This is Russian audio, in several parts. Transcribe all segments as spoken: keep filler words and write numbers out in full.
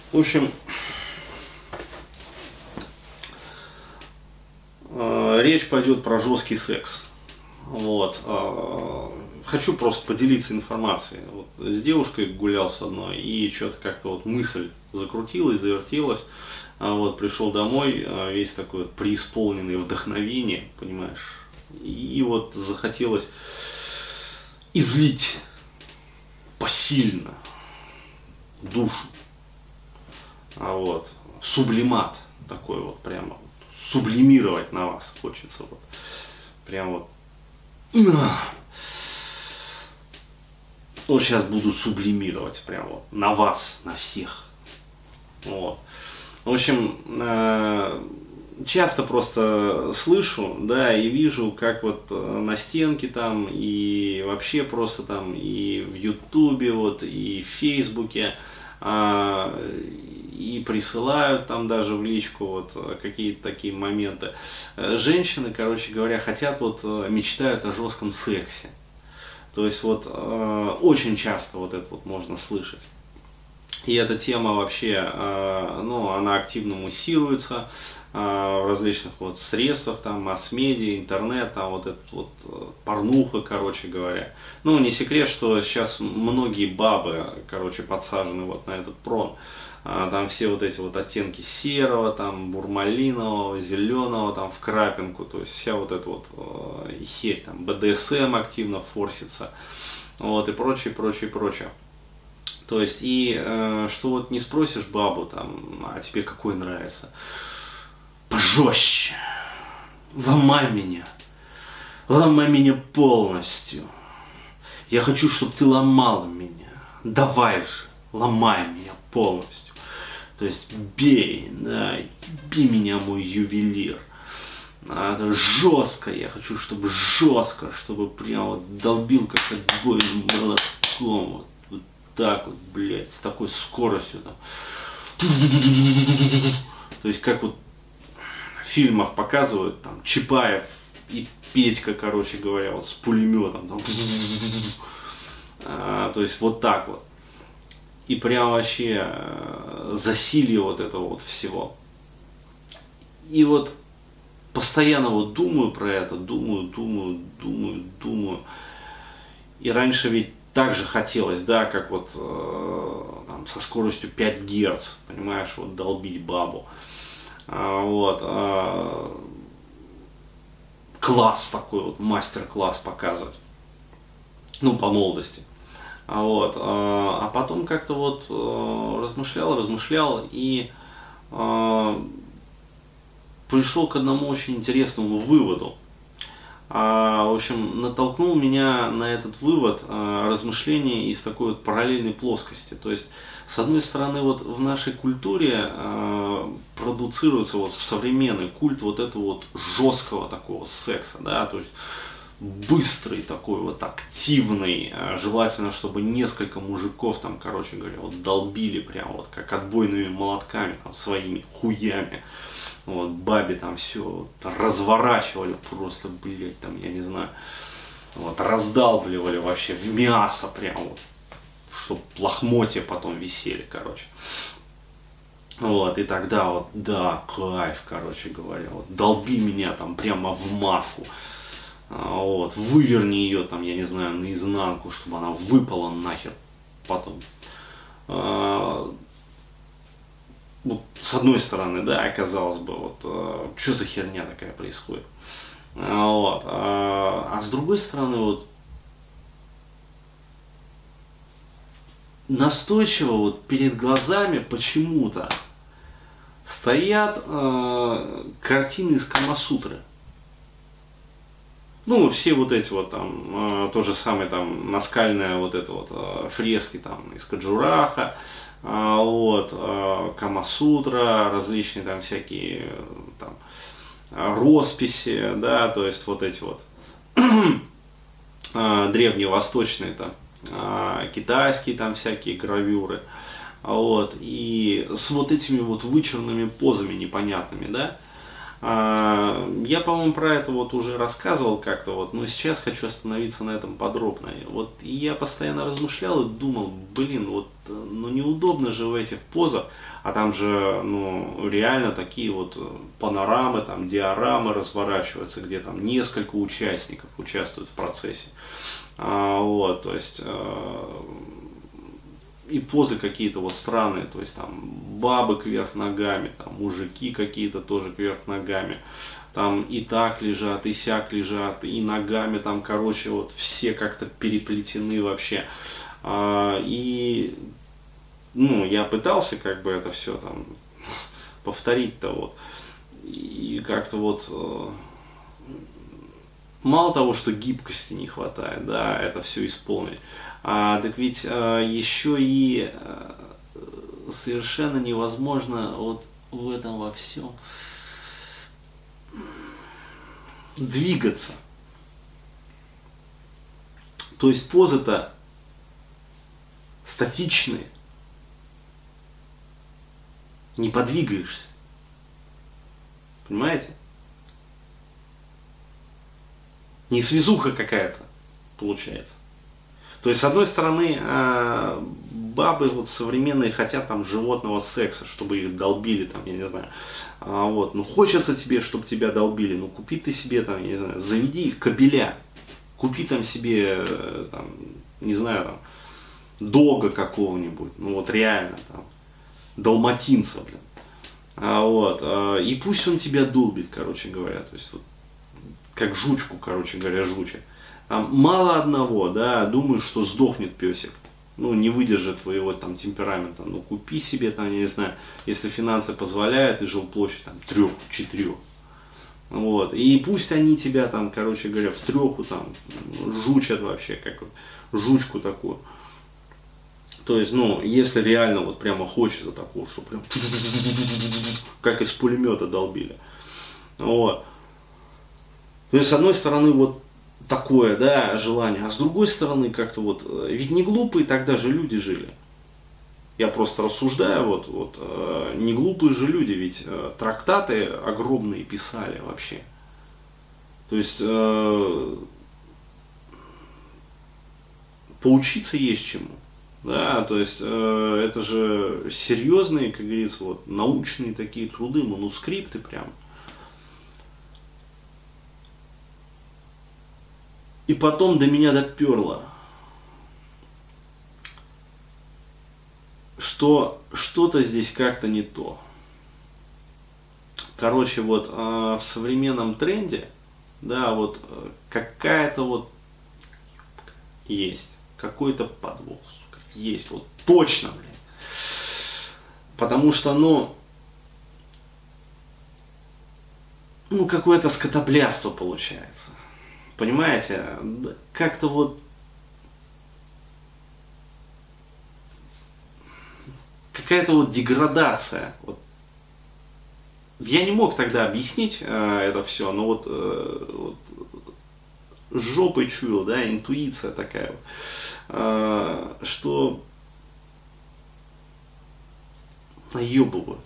В общем, э, речь пойдет про жесткий секс. Вот. Э, хочу просто поделиться информацией. Вот, с девушкой гулял с одной, и что-то как-то вот мысль закрутилась, завертелась. А вот пришел домой, весь такой вот преисполненный вдохновение, понимаешь. И вот захотелось излить посильно душу. А вот, сублимат такой вот, прямо сублимировать на вас хочется. Вот. Прям вот. Вот сейчас буду сублимировать прям вот на вас, на всех. Вот. В общем, часто просто слышу, да, и вижу, как вот на стенке там, и вообще просто там, и в Ютубе, вот, и в Фейсбуке, и присылают там даже в личку вот какие-то такие моменты. Женщины, короче говоря, хотят вот, мечтают о жестком сексе. То есть вот очень часто вот это вот можно слышать. И эта тема вообще, ну, она активно муссируется в различных вот средствах, там, масс-медиа, интернет, там, вот этот вот порнуха, короче говоря. Ну, не секрет, что сейчас многие бабы, короче, подсажены вот на этот прон. Там все вот эти вот оттенки серого, там, бурмалинового, зеленого, там, в крапинку, то есть вся вот эта вот херь, там, бэ дэ эс эм активно форсится, вот, и прочее, прочее, прочее. То есть, и э, что вот не спросишь бабу, там, а тебе какой нравится? Пожестче, ломай меня, ломай меня полностью. Я хочу, чтобы ты ломала меня, давай же, ломай меня полностью. То есть, бей, да, бей меня, мой ювелир. А, это жестко, я хочу, чтобы жестко, чтобы прям вот долбил как отбойным молотком, вот. Так вот, блядь, с такой скоростью там. То есть, как вот в фильмах показывают, там, Чапаев и Петька, короче говоря, вот с пулеметом. Там. А, то есть, вот так вот. И прям вообще засилье вот этого вот всего. И вот постоянно вот думаю про это, думаю, думаю, думаю, думаю. И раньше ведь так же хотелось, да, как вот э, там, со скоростью пять герц, понимаешь, вот долбить бабу. А, вот. А, класс такой вот, мастер-класс показывать. Ну, по молодости. А, вот. А, а потом как-то вот э, размышлял, размышлял и э, пришел к одному очень интересному выводу. А, в общем, натолкнул меня на этот вывод а, размышления из такой вот параллельной плоскости. То есть, с одной стороны, вот в нашей культуре а, продуцируется вот в современный культ вот этого вот жесткого такого секса, да, то есть быстрый такой вот активный, а, желательно, чтобы несколько мужиков там, короче говоря, вот долбили прям вот как отбойными молотками, там, своими хуями. Вот, бабе там все вот, разворачивали просто, блять, там, я не знаю, вот, раздалбливали вообще в мясо прям вот, чтобы лохмотья потом висели, короче. Вот, и тогда вот, да, кайф, короче говоря, вот, долби меня там прямо в матку, вот, выверни ее там, я не знаю, наизнанку, чтобы она выпала нахер потом. Вот, с одной стороны, да, казалось бы, вот, э, что за херня такая происходит. А, вот, а, а с другой стороны, вот, настойчиво вот перед глазами почему-то стоят э, картины из Камасутры. Ну, все вот эти вот там, э, то же самое там, наскальная вот это вот, э, фрески там из Каджураха, А, вот, Камасутра, различные там всякие там росписи, да, то есть вот эти вот древневосточные там, китайские там всякие гравюры, вот, и с вот этими вот вычурными позами непонятными, да, А, я, по-моему, про это вот уже рассказывал как-то, вот, но сейчас хочу остановиться на этом подробно. Вот и я постоянно размышлял и думал, блин, вот, ну неудобно же в этих позах, а там же, ну, реально такие вот панорамы, там, диорамы разворачиваются, где там несколько участников участвуют в процессе. А, вот, то есть, э, и позы какие-то вот странные, то есть там бабы кверх ногами, там мужики какие-то тоже кверх ногами, там и так лежат, и сяк лежат, и ногами там, короче, вот все как-то переплетены вообще. А, и, ну, я пытался как бы это все там повторить-то вот, и как-то вот... Мало того, что гибкости не хватает, да, это все исполнить, а, так ведь а, еще и а, совершенно невозможно вот в этом во всем двигаться. То есть позы-то статичные, не подвигаешься, понимаете? Не связуха какая-то получается. То есть, с одной стороны, бабы вот современные хотят там животного секса, чтобы их долбили, там, я не знаю. Вот. Ну, хочется тебе, чтобы тебя долбили, ну, купи ты себе, там, я не знаю, заведи кобеля, купи там себе, там, не знаю, там, дога какого-нибудь, ну, вот реально, там, далматинца, блин. Вот. И пусть он тебя долбит, короче говоря, то есть, вот, как жучку, короче говоря, жучек. Там мало одного, да, думаешь, что сдохнет песик, ну, не выдержит твоего там темперамента, ну, купи себе там, я не знаю, если финансы позволяют, и жилплощадь там трех, четырех, вот, и пусть они тебя там, короче говоря, в треху там жучат вообще, как жучку такую, то есть, ну, если реально вот прямо хочется такого, что прям как из пулемета долбили, вот. То есть, с одной стороны, вот такое, да, желание, а с другой стороны, как-то вот, ведь не глупые тогда же люди жили. Я просто рассуждаю, вот, вот, не глупые же люди, ведь трактаты огромные писали вообще. То есть, э, поучиться есть чему. Да, то есть, э, это же серьезные, как говорится, вот, научные такие труды, манускрипты прям. И потом до меня доперло, что что-то здесь как-то не то. Короче, вот э, в современном тренде, да, вот э, какая-то вот есть, какой-то подвох, сука, есть, вот точно, блин. Потому что, ну, ну какое-то скотоблядство получается. Понимаете, как-то вот какая-то вот деградация. Вот. Я не мог тогда объяснить э, это все, но вот, э, вот жопой чуял, да, интуиция такая, э, что наебывают.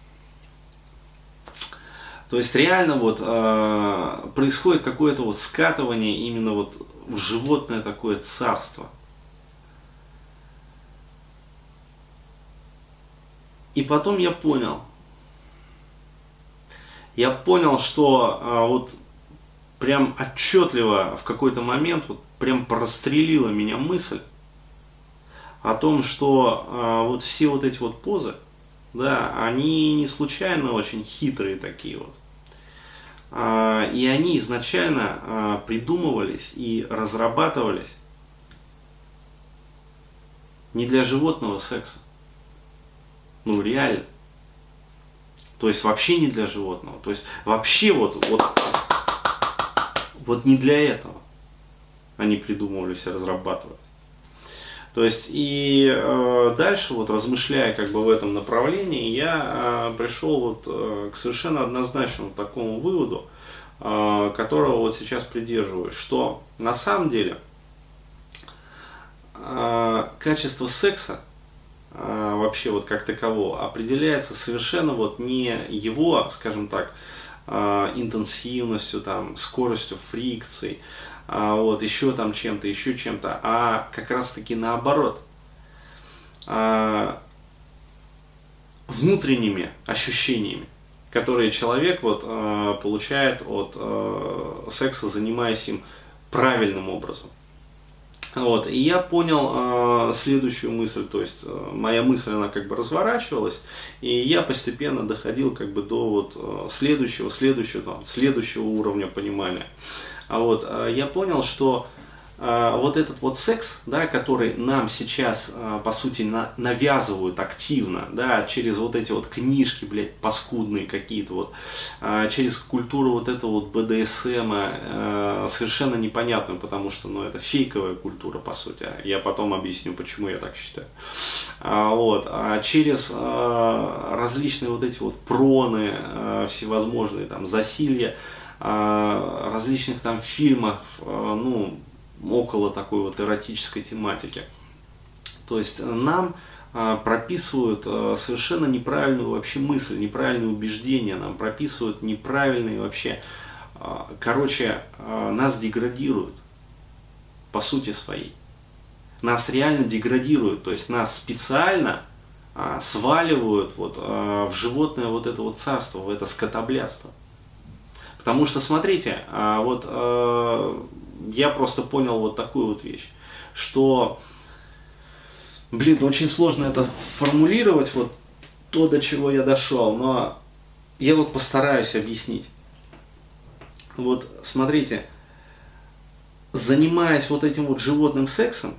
То есть реально вот э, происходит какое-то вот скатывание именно вот в животное такое царство. И потом я понял, я понял, что э, вот прям отчетливо в какой-то момент вот прям прострелила меня мысль о том, что э, вот все вот эти вот позы, да, они не случайно очень хитрые такие вот. А, и они изначально а, придумывались и разрабатывались не для животного секса. Ну реально. То есть вообще не для животного. То есть вообще вот, вот, вот не для этого они придумывались и разрабатывались. То есть и э, дальше, вот размышляя как бы в этом направлении, я э, пришел вот э, к совершенно однозначному такому выводу, э, которого вот сейчас придерживаюсь, что на самом деле э, качество секса вообще вот как такового определяется совершенно вот не его, скажем так, э, интенсивностью, там, скоростью фрикций, э, вот, еще там чем-то, еще чем-то, а как раз-таки наоборот. Э, внутренними ощущениями, которые человек вот, э, получает от э, секса, занимаясь им правильным образом. Вот. И я понял э, следующую мысль, то есть э, моя мысль, она как бы разворачивалась, и я постепенно доходил как бы до вот, э, следующего, следующего, там, следующего уровня понимания. А вот э, я понял, что э, вот этот вот секс, да, который нам сейчас, э, по сути, на, навязывают активно, да, через вот эти вот книжки, блядь, паскудные какие-то вот, э, через культуру вот этого вот бэ дэ эс эм, э, совершенно непонятную, потому что, ну, это фейковая культура, по сути. Я потом объясню, почему я так считаю. А, вот, а через э, различные вот эти вот проны, э, всевозможные там засилья, э, различных там фильмах, э, ну, около такой вот эротической тематики. То есть нам а, прописывают а, совершенно неправильную вообще мысль, неправильные убеждения, нам прописывают неправильные вообще, а, короче, а, нас деградируют по сути своей. Нас реально деградируют, то есть нас специально а, сваливают вот, а, в животное вот это вот царство, в это скотоблядство. Потому что, смотрите, а, вот а, я просто понял вот такую вот вещь, что, блин, очень сложно это формулировать, вот то, до чего я дошел, но я вот постараюсь объяснить. Вот смотрите, занимаясь вот этим вот животным сексом,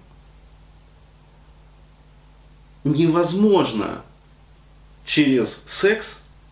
невозможно через секс,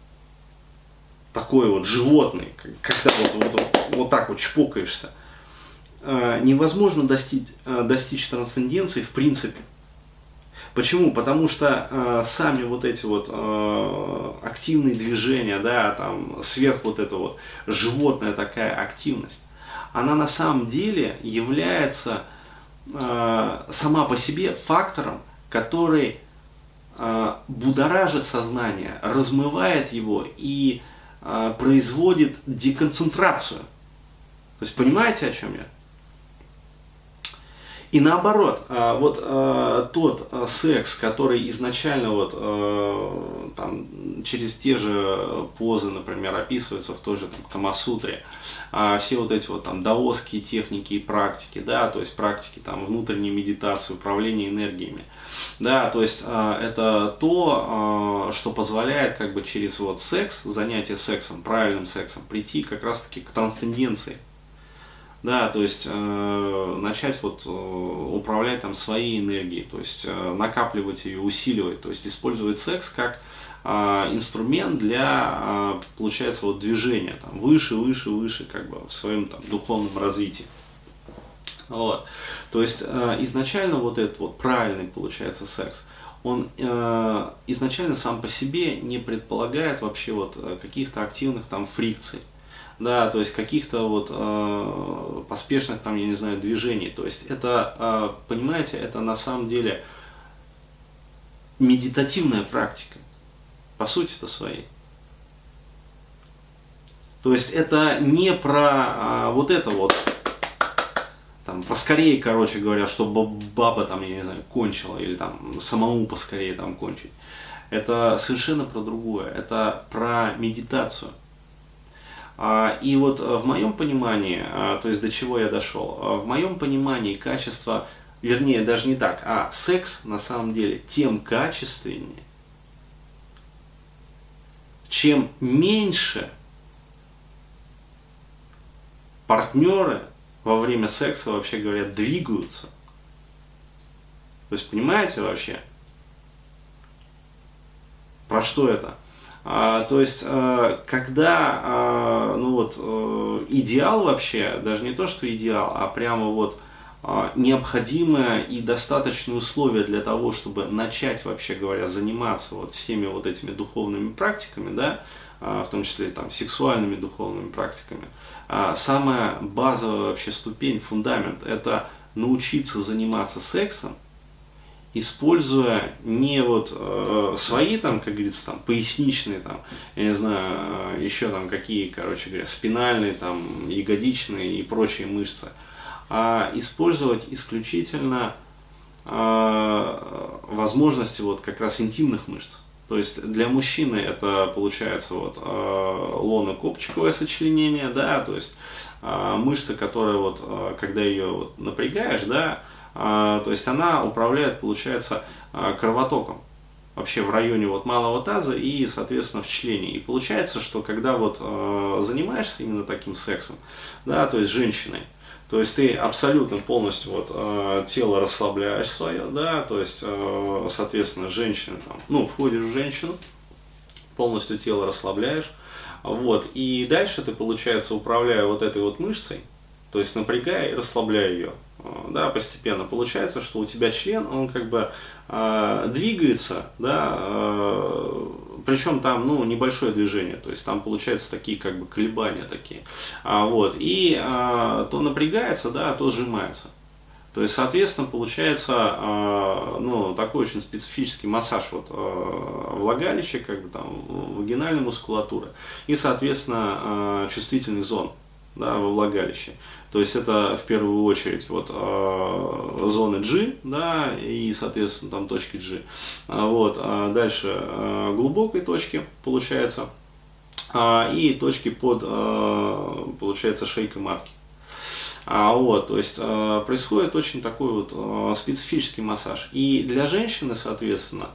такой вот животный, когда вот, вот, вот так вот чпокаешься, невозможно достичь, достичь трансценденции в принципе. Почему? Потому что э, сами вот эти вот э, активные движения, да, там, сверх вот эта вот животная такая активность, она на самом деле является э, сама по себе фактором, который э, будоражит сознание, размывает его и э, производит деконцентрацию. То есть понимаете, о чем я? И наоборот, вот тот секс, который изначально вот, там, через те же позы, например, описывается в той же там, Камасутре, все вот эти вот там даосские техники и практики, да, то есть практики там, внутренней медитации, управления энергиями, да, то есть это то, что позволяет как бы через вот секс, занятие сексом, правильным сексом, прийти как раз-таки к трансценденции. Да, то есть э, начать вот, э, управлять там, своей энергией, то есть э, накапливать ее, усиливать, то есть использовать секс как э, инструмент для, э, получается, вот, движения там, выше, выше, выше как бы, в своем там, духовном развитии. Вот. То есть э, изначально вот этот вот правильный, получается, секс, он э, изначально сам по себе не предполагает вообще вот, каких-то активных там, фрикций. Да, то есть каких-то вот э, поспешных там, я не знаю, движений. То есть это, э, понимаете, это на самом деле медитативная практика, по сути-то своей. То есть это не про э, вот это вот, там, поскорее, короче говоря, чтобы баба там, я не знаю, кончила, или там самому поскорее там кончить. Это совершенно про другое, это про медитацию. И вот в моем понимании, то есть до чего я дошел, в моем понимании качество, вернее даже не так, а секс на самом деле тем качественнее, чем меньше партнеры во время секса, вообще говоря, двигаются. То есть понимаете вообще, про что это? А, то есть, а, когда а, ну вот, а, идеал вообще, даже не то, что идеал, а прямо вот а, необходимое и достаточные условия для того, чтобы начать, вообще говоря, заниматься вот всеми вот этими духовными практиками, да, а, в том числе там, сексуальными духовными практиками, а, самая базовая вообще ступень, фундамент, это научиться заниматься сексом используя не вот э, свои там, как говорится, там поясничные там, я не знаю, э, еще там какие, короче говоря, спинальные там, ягодичные и прочие мышцы, а использовать исключительно э, возможности вот как раз интимных мышц. То есть для мужчины это получается вот э, лоно-копчиковое сочленение, да, то есть э, мышца, которая вот, э, когда ее вот напрягаешь, да, э, то есть она управляет, получается, э, кровотоком вообще в районе вот малого таза и, соответственно, в члене. И получается, что когда вот э, занимаешься именно таким сексом, да, то есть женщиной, то есть ты абсолютно полностью вот, э, тело расслабляешь свое, да, то есть, э, соответственно, женщина там, ну, входишь в женщину, полностью тело расслабляешь, вот, и дальше ты, получается, управляя вот этой вот мышцей, то есть напрягая и расслабляя ее, э, да, постепенно, получается, что у тебя член, он как бы э, двигается, да, э, причем там, ну, небольшое движение, то есть там получаются такие, как бы, колебания такие, а, вот, и а, то напрягается, да, то сжимается. То есть, соответственно, получается, а, ну, такой очень специфический массаж вот а, влагалища, как бы там, вагинальной мускулатуры и, соответственно, а, чувствительных зон, да, во влагалище. То есть это в первую очередь вот, э, зоны G, да, и, соответственно, там точки G. А, вот, а дальше э, глубокой точки, получается, а, и точки под, э, получается, шейкой матки. А, вот, то есть э, происходит очень такой вот э, специфический массаж. И для женщины, соответственно,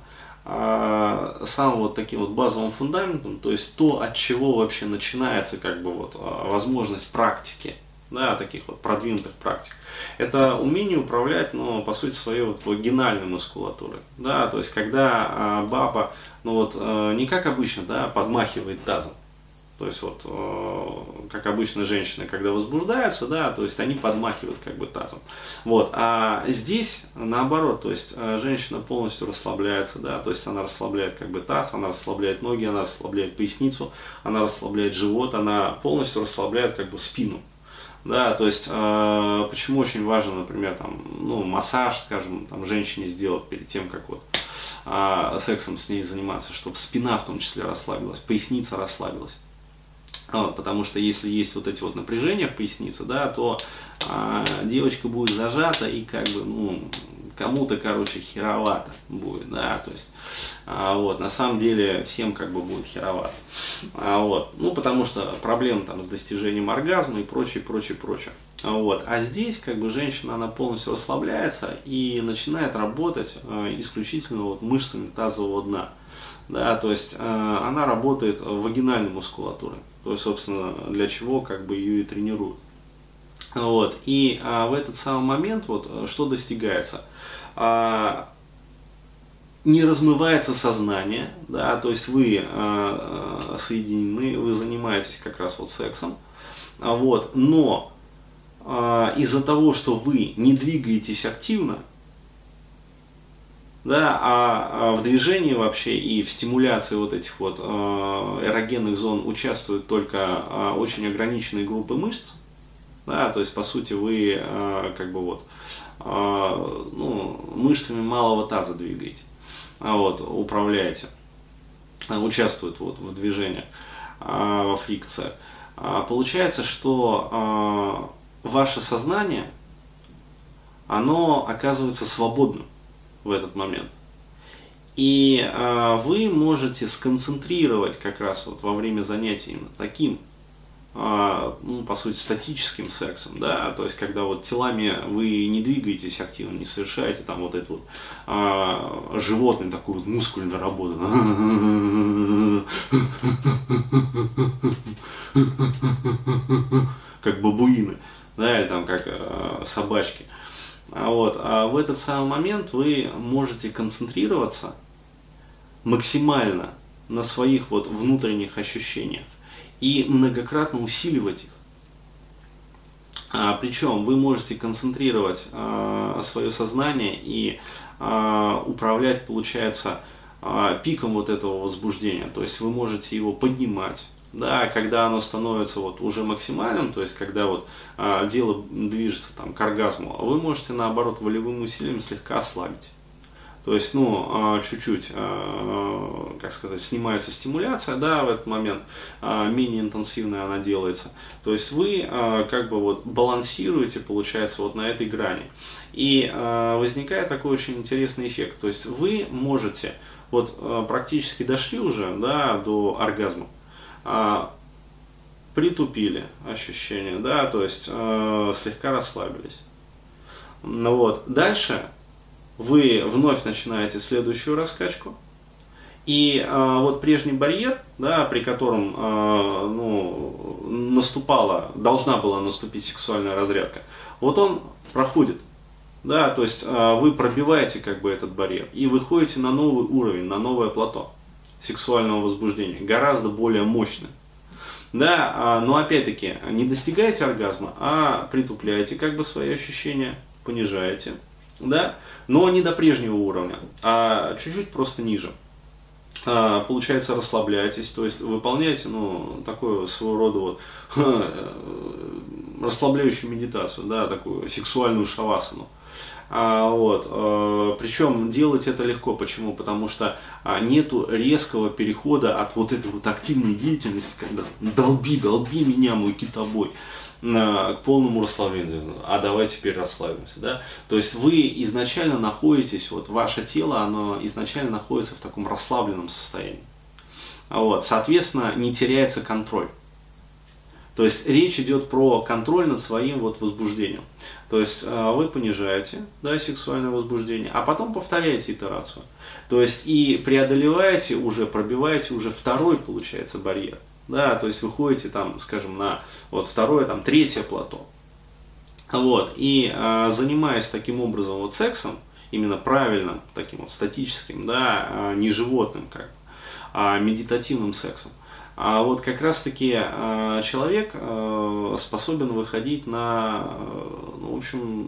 э, самым вот таким вот базовым фундаментом, то есть то, от чего вообще начинается как бы вот э, возможность практики, да, таких вот продвинутых практик, это умение управлять, ну, по сути, своей вот вагинальной мускулатурой, да, то есть когда э, баба, ну вот, э, не как обычно, да, подмахивает тазом. То есть вот, э, как обычно женщины, когда возбуждаются, да, то есть они подмахивают как бы тазом. Вот, а здесь наоборот, то есть э, женщина полностью расслабляется, да, то есть она расслабляет как бы таз, она расслабляет ноги, она расслабляет поясницу, она расслабляет живот, она полностью расслабляет как бы спину. Да, то есть, э, почему очень важно, например, там, ну, массаж, скажем, там, женщине сделать перед тем, как вот э, сексом с ней заниматься, чтобы спина в том числе расслабилась, поясница расслабилась. Вот, потому что если есть вот эти вот напряжения в пояснице, да, то а, девочка будет зажата и как бы, ну, кому-то, короче, херовато будет, да, то есть, а, вот, на самом деле всем как бы будет херовато, а, вот, ну, потому что проблем там с достижением оргазма и прочее, прочее, прочее, а, вот, а здесь как бы женщина, она полностью расслабляется и начинает работать а, исключительно вот мышцами тазового дна. Да, то есть э, она работает вагинальной мускулатурой, то есть, собственно, для чего как бы ее и тренируют. Вот. И а, в этот самый момент вот, что достигается? А, не размывается сознание, да, то есть вы а, соединены, вы занимаетесь как раз вот сексом, а, вот, но а, из-за того, что вы не двигаетесь активно, да, а, а в движении вообще и в стимуляции вот этих вот э, эрогенных зон участвуют только э, очень ограниченные группы мышц, да, то есть по сути вы э, как бы вот э, ну, мышцами малого таза двигаете, а вот управляете, участвуют вот в движениях, э, во фрикциях. А получается, что э, ваше сознание, оно оказывается свободным в этот момент. И э, вы можете сконцентрировать как раз вот во время занятий именно таким, э, ну, по сути, статическим сексом, да, то есть когда вот телами вы не двигаетесь активно, не совершаете там вот эту вот э, животную такую вот мускульную работу, как бабуины, да, или там как э, собачки. А, вот, а в этот самый момент вы можете концентрироваться максимально на своих вот внутренних ощущениях и многократно усиливать их. А, причем вы можете концентрировать а, свое сознание и а, управлять, получается, а, пиком вот этого возбуждения. То есть вы можете его поднимать. Да, когда оно становится вот уже максимальным, то есть когда вот а, дело движется там к оргазму, вы можете наоборот волевым усилием слегка ослабить. То есть, ну, чуть-чуть, как сказать, снимается стимуляция, да, в этот момент, менее интенсивная она делается. То есть вы как бы вот балансируете, получается, вот на этой грани. И возникает такой очень интересный эффект. То есть вы можете, вот практически дошли уже, да, до оргазма, притупили ощущения, да, то есть слегка расслабились. Ну вот, дальше вы вновь начинаете следующую раскачку, и э, вот прежний барьер, да, при котором э, ну, наступала, должна была наступить сексуальная разрядка, вот он проходит, да, то есть э, вы пробиваете как бы этот барьер и выходите на новый уровень, на новое плато сексуального возбуждения, гораздо более мощный. Да, э, но опять-таки не достигаете оргазма, а притупляете как бы свои ощущения, понижаете. Да, но не до прежнего уровня, а чуть-чуть просто ниже. А, получается, расслабляетесь, то есть выполняете, ну, такую своего рода вот расслабляющую медитацию, да, такую сексуальную шавасану. А, вот, а, причем делать это легко, почему? Потому что а, нету резкого перехода от вот этой вот активной деятельности, когда долби, долби меня, мой китобой, к полному расслаблению. А давай теперь расслабимся, да? То есть вы изначально находитесь, вот ваше тело, оно изначально находится в таком расслабленном состоянии. Вот, соответственно, не теряется контроль. То есть речь идет про контроль над своим вот возбуждением. То есть вы понижаете, да, сексуальное возбуждение, а потом повторяете итерацию. То есть и преодолеваете уже, пробиваете уже второй, получается, барьер. Да, то есть выходите там, скажем, на вот второе, там, третье плато. Вот, и э, занимаясь таким образом вот сексом, именно правильным, таким вот статическим, да, э, не животным, как бы, а медитативным сексом, а вот как раз таки э, человек э, способен выходить на, э, ну, в общем,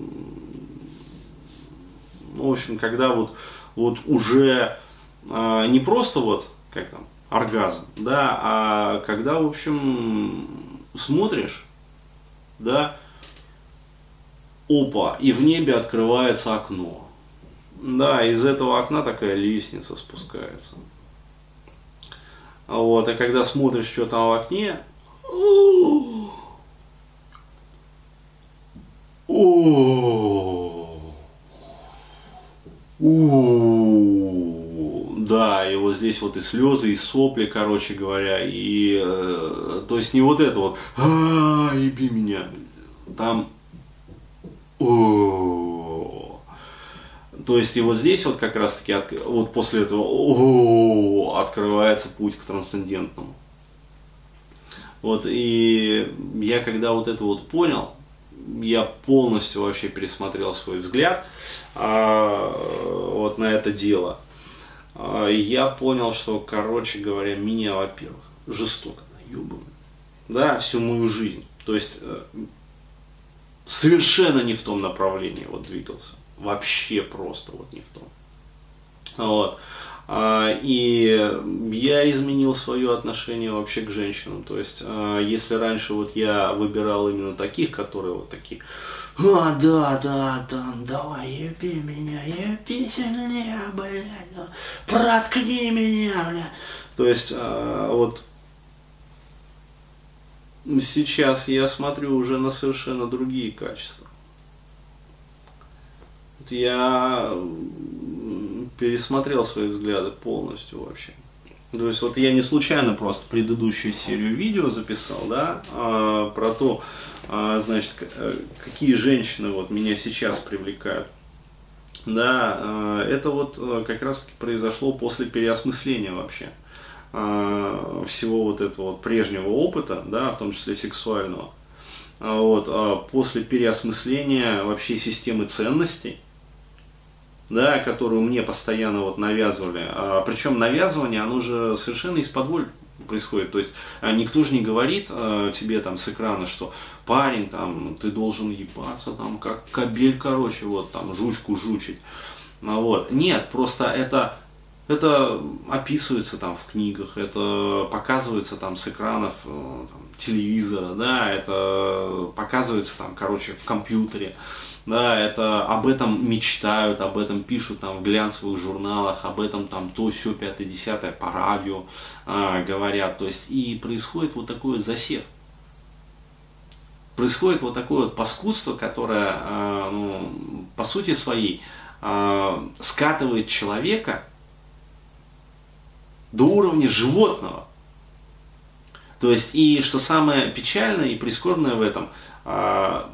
ну, в общем, когда вот, вот уже э, не просто вот, как там, оргазм, да, а когда, в общем, смотришь, да, опа, и в небе открывается окно, да, из этого окна такая лестница спускается, вот, а когда смотришь, что там в окне, да, и вот здесь вот и слезы, и сопли, короче говоря, и э, то есть не вот это вот, а, еби меня, там, о, то есть и вот здесь вот как раз таки, вот после этого, о, открывается путь к трансцендентному. Вот, и я когда вот это вот понял, я полностью вообще пересмотрел свой взгляд а, вот на это дело. Я понял, что, короче говоря, меня, во-первых, жестоко наебывают, да, всю мою жизнь. То есть, совершенно не в том направлении вот двигался. Вообще просто вот не в том. Вот. И я изменил свое отношение вообще к женщинам. То есть, если раньше вот я выбирал именно таких, которые вот такие... А, да, да, да, давай, еби меня, еби сильнее, блядь, да, проткни меня, блядь. То есть, а, вот, сейчас я смотрю уже на совершенно другие качества. Вот я пересмотрел свои взгляды полностью вообще. То есть, вот я не случайно просто предыдущую серию видео записал, да, а, про то, а, значит, какие женщины вот меня сейчас привлекают. Да, а, это вот как раз таки произошло после переосмысления вообще а, всего вот этого вот прежнего опыта, да, в том числе сексуального. А, вот, а, после переосмысления вообще системы ценностей, да, которую мне постоянно вот навязывали. А, причем навязывание, оно же совершенно из-под происходит. То есть никто же не говорит а, тебе там с экрана, что парень, там, ты должен ебаться, там, как кобель, короче, вот, там, жучку жучить. А, вот. Нет, просто это Это описывается там в книгах, это показывается там с экранов э, там, телевизора, да, это показывается там, короче, в компьютере, да, это об этом мечтают, об этом пишут там в глянцевых журналах, об этом там то, сё, пятое, десятое по радио э, говорят, то есть и происходит вот такой вот засев. Происходит вот такое вот паскудство, которое, э, ну, по сути своей, э, скатывает человека до уровня животного. То есть, и что самое печальное и прискорбное в этом, э,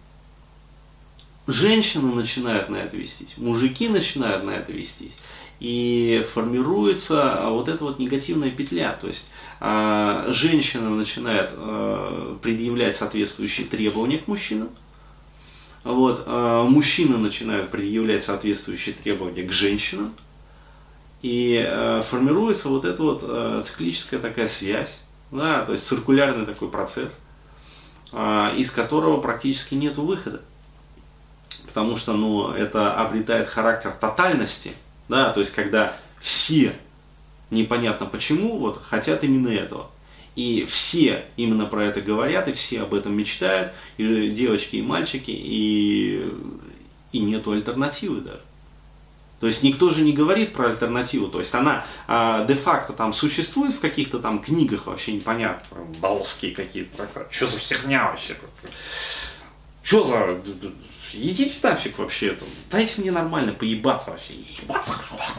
женщины начинают на это вестись, мужики начинают на это вестись. И формируется вот эта вот негативная петля. То есть э, женщина начинает э, предъявлять соответствующие требования к мужчинам. Вот, э, мужчины начинают предъявлять соответствующие требования к женщинам. И э, формируется вот эта вот э, циклическая такая связь, да, то есть циркулярный такой процесс, э, из которого практически нет выхода. Потому что, ну, это обретает характер тотальности. Да, то есть, когда все, непонятно почему, вот, хотят именно этого. И все именно про это говорят, и все об этом мечтают, и девочки, и мальчики, и, и нету альтернативы даже. То есть, никто же не говорит про альтернативу. То есть, она а, де-факто там существует в каких-то там книгах, вообще непонятно, баловские какие-то. Что за херня вообще? Что за... Идите нафиг вообще, это. Дайте мне нормально поебаться вообще. Ебаться.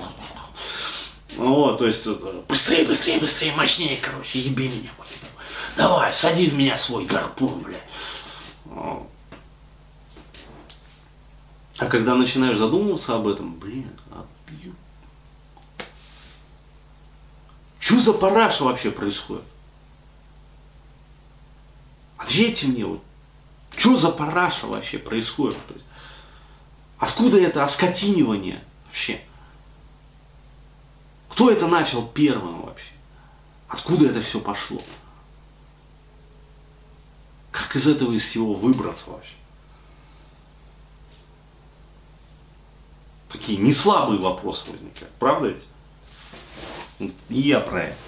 Вот, то есть, быстрее, быстрее, быстрее, мощнее, короче, еби меня. Давай, сади в меня свой гарпун, блядь. А когда начинаешь задумываться об этом, блин, отбью. Что за параша вообще происходит? Ответьте мне, вот. Что за параша вообще происходит? То есть, откуда это оскотинивание вообще? Кто это начал первым вообще? Откуда это все пошло? Как из этого из всего выбраться вообще? Такие неслабые вопросы возникают, правда ведь? И я про это.